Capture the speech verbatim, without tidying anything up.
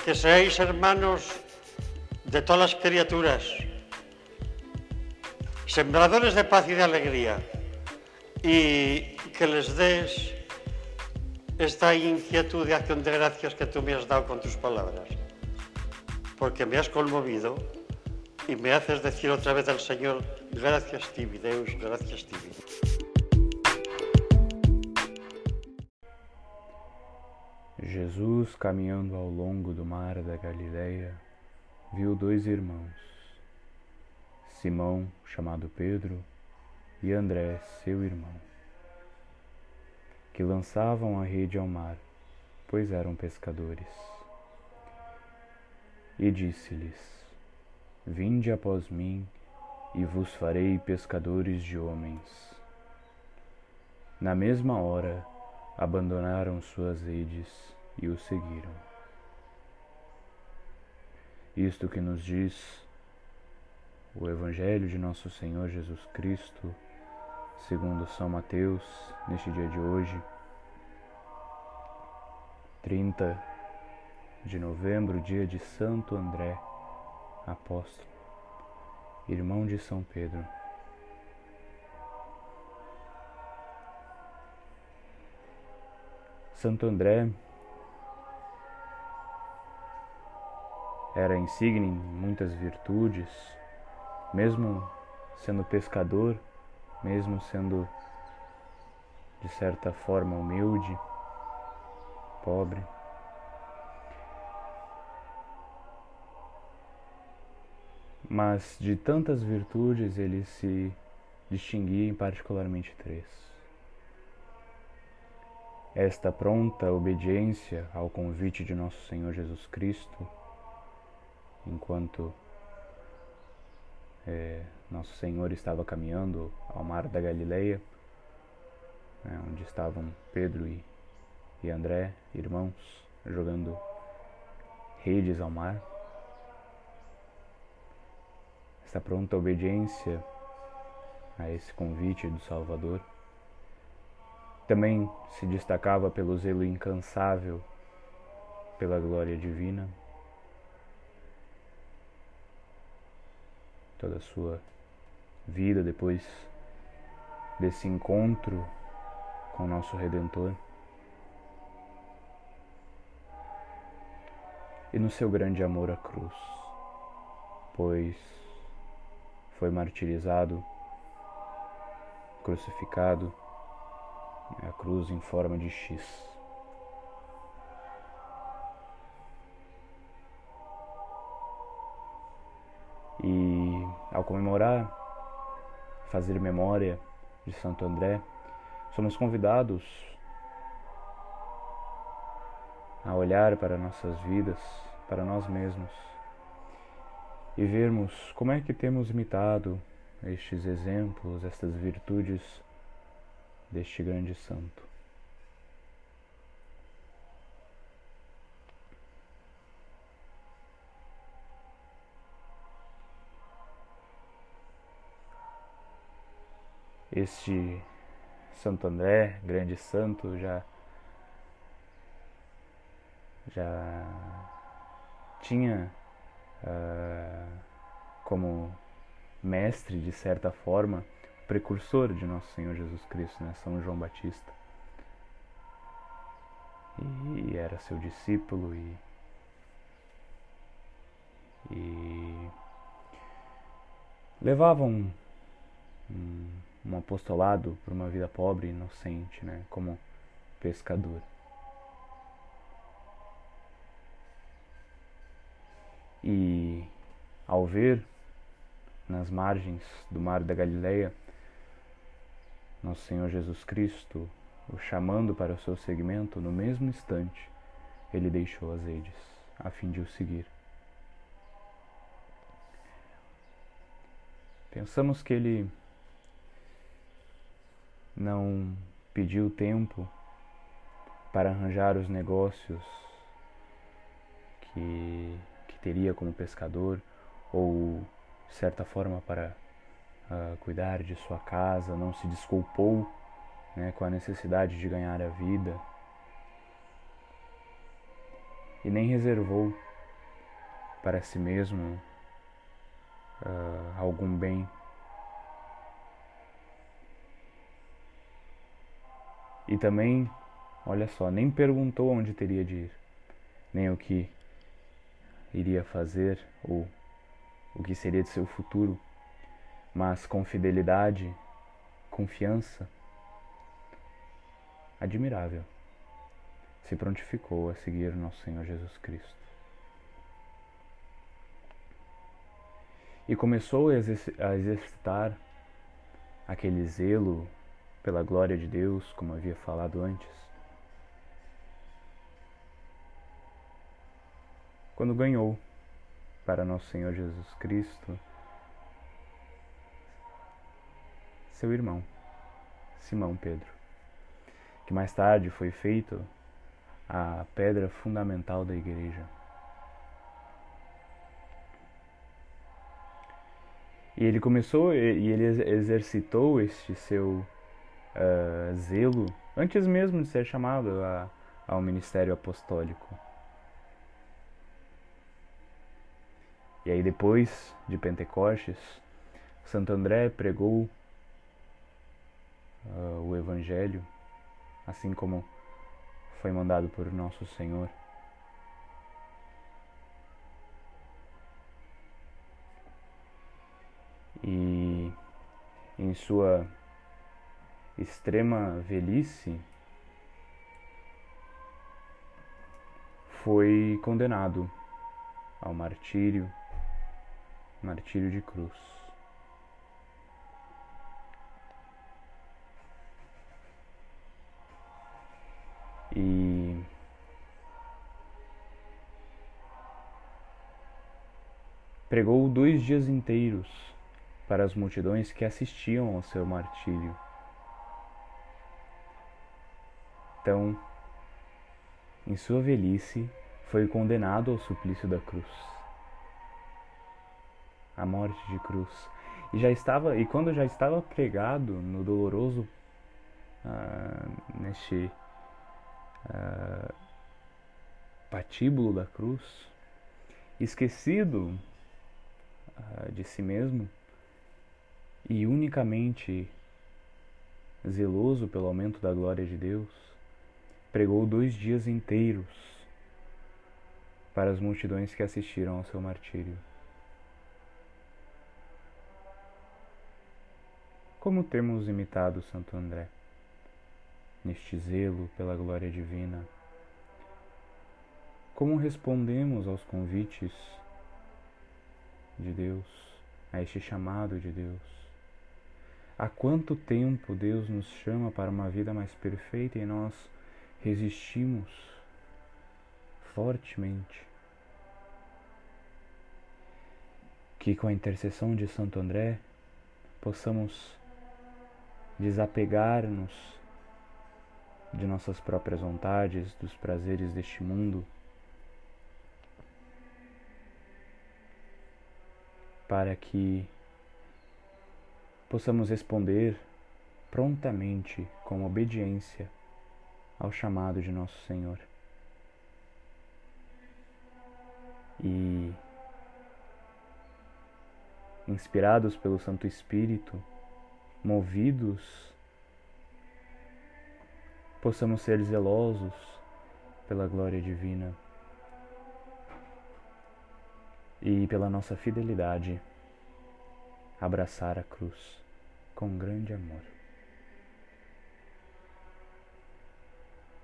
que seáis hermanos de todas las criaturas, sembradores de paz y de alegría, y que les des esta inquietud de acción de gracias que tú me has dado con tus palabras, porque me has conmovido y me haces decir otra vez al Señor, gracias tibi, Deus, gracias tibi. Jesus, caminhando ao longo do mar da Galileia, viu dois irmãos, Simão, chamado Pedro, e André, seu irmão, que lançavam a rede ao mar, pois eram pescadores. E disse-lhes: Vinde após mim, e vos farei pescadores de homens. Na mesma hora, abandonaram suas redes e o seguiram. Isto que nos diz o Evangelho de nosso Senhor Jesus Cristo, segundo São Mateus, neste dia de hoje, trinta de novembro, dia de Santo André, apóstolo, irmão de São Pedro. Santo André era insigne em muitas virtudes, mesmo sendo pescador, mesmo sendo de certa forma humilde, pobre. Mas de tantas virtudes ele se distinguia em particularmente três. Esta pronta obediência ao convite de nosso Senhor Jesus Cristo, enquanto é, nosso Senhor estava caminhando ao mar da Galileia, né, onde estavam Pedro e, e André, irmãos, jogando redes ao mar. Esta pronta obediência a esse convite do Salvador também se destacava pelo zelo incansável pela glória divina. Toda a sua vida depois desse encontro com nosso Redentor. E no seu grande amor à cruz, pois foi martirizado, crucificado, a cruz em forma de X. E ao comemorar, fazer memória de Santo André, somos convidados a olhar para nossas vidas, para nós mesmos, e vermos como é que temos imitado estes exemplos, estas virtudes deste grande santo. Este Santo André, grande santo, já já tinha uh, como mestre, de certa forma, precursor de nosso Senhor Jesus Cristo, né? São João Batista, e era seu discípulo e, e levava um, um, um apostolado para uma vida pobre e inocente, né? Como pescador. E ao ver nas margens do mar da Galileia nosso Senhor Jesus Cristo o chamando para o seu seguimento, no mesmo instante ele deixou as redes a fim de o seguir. Pensamos que ele não pediu tempo para arranjar os negócios que, que teria como pescador, ou de certa forma para uh, cuidar de sua casa, não se desculpou, né, com a necessidade de ganhar a vida, e nem reservou para si mesmo uh, algum bem. E também, olha só, nem perguntou onde teria de ir, nem o que iria fazer ou o que seria de seu futuro, mas com fidelidade, confiança admirável, se prontificou a seguir nosso Senhor Jesus Cristo. E começou a exercitar aquele zelo pela glória de Deus, como havia falado antes. Quando ganhou para nosso Senhor Jesus Cristo seu irmão, Simão Pedro, que mais tarde foi feito a pedra fundamental da igreja. E ele começou, e ele exercitou este seu uh, zelo antes mesmo de ser chamado a, ao ministério apostólico. E aí depois de Pentecostes, Santo André pregou uh, o Evangelho, assim como foi mandado por Nosso Senhor. E em sua extrema velhice foi condenado ao martírio, martírio de cruz. E pregou dois dias inteiros para as multidões que assistiam ao seu martírio. Então, em sua velhice, foi condenado ao suplício da cruz, à morte de cruz. E já estava, e quando já estava pregado no doloroso, ah, neste ah, patíbulo da cruz, esquecido ah, de si mesmo e unicamente zeloso pelo aumento da glória de Deus, pregou dois dias inteiros para as multidões que assistiram ao seu martírio. Como temos imitado Santo André neste zelo pela glória divina? Como respondemos aos convites de Deus, a este chamado de Deus? Há quanto tempo Deus nos chama para uma vida mais perfeita e nós resistimos fortemente? Que com a intercessão de Santo André possamos desapegar-nos de nossas próprias vontades, dos prazeres deste mundo, para que possamos responder prontamente com obediência ao chamado de nosso Senhor. E, inspirados pelo Santo Espírito, movidos, possamos ser zelosos pela glória divina e pela nossa fidelidade abraçar a cruz com grande amor.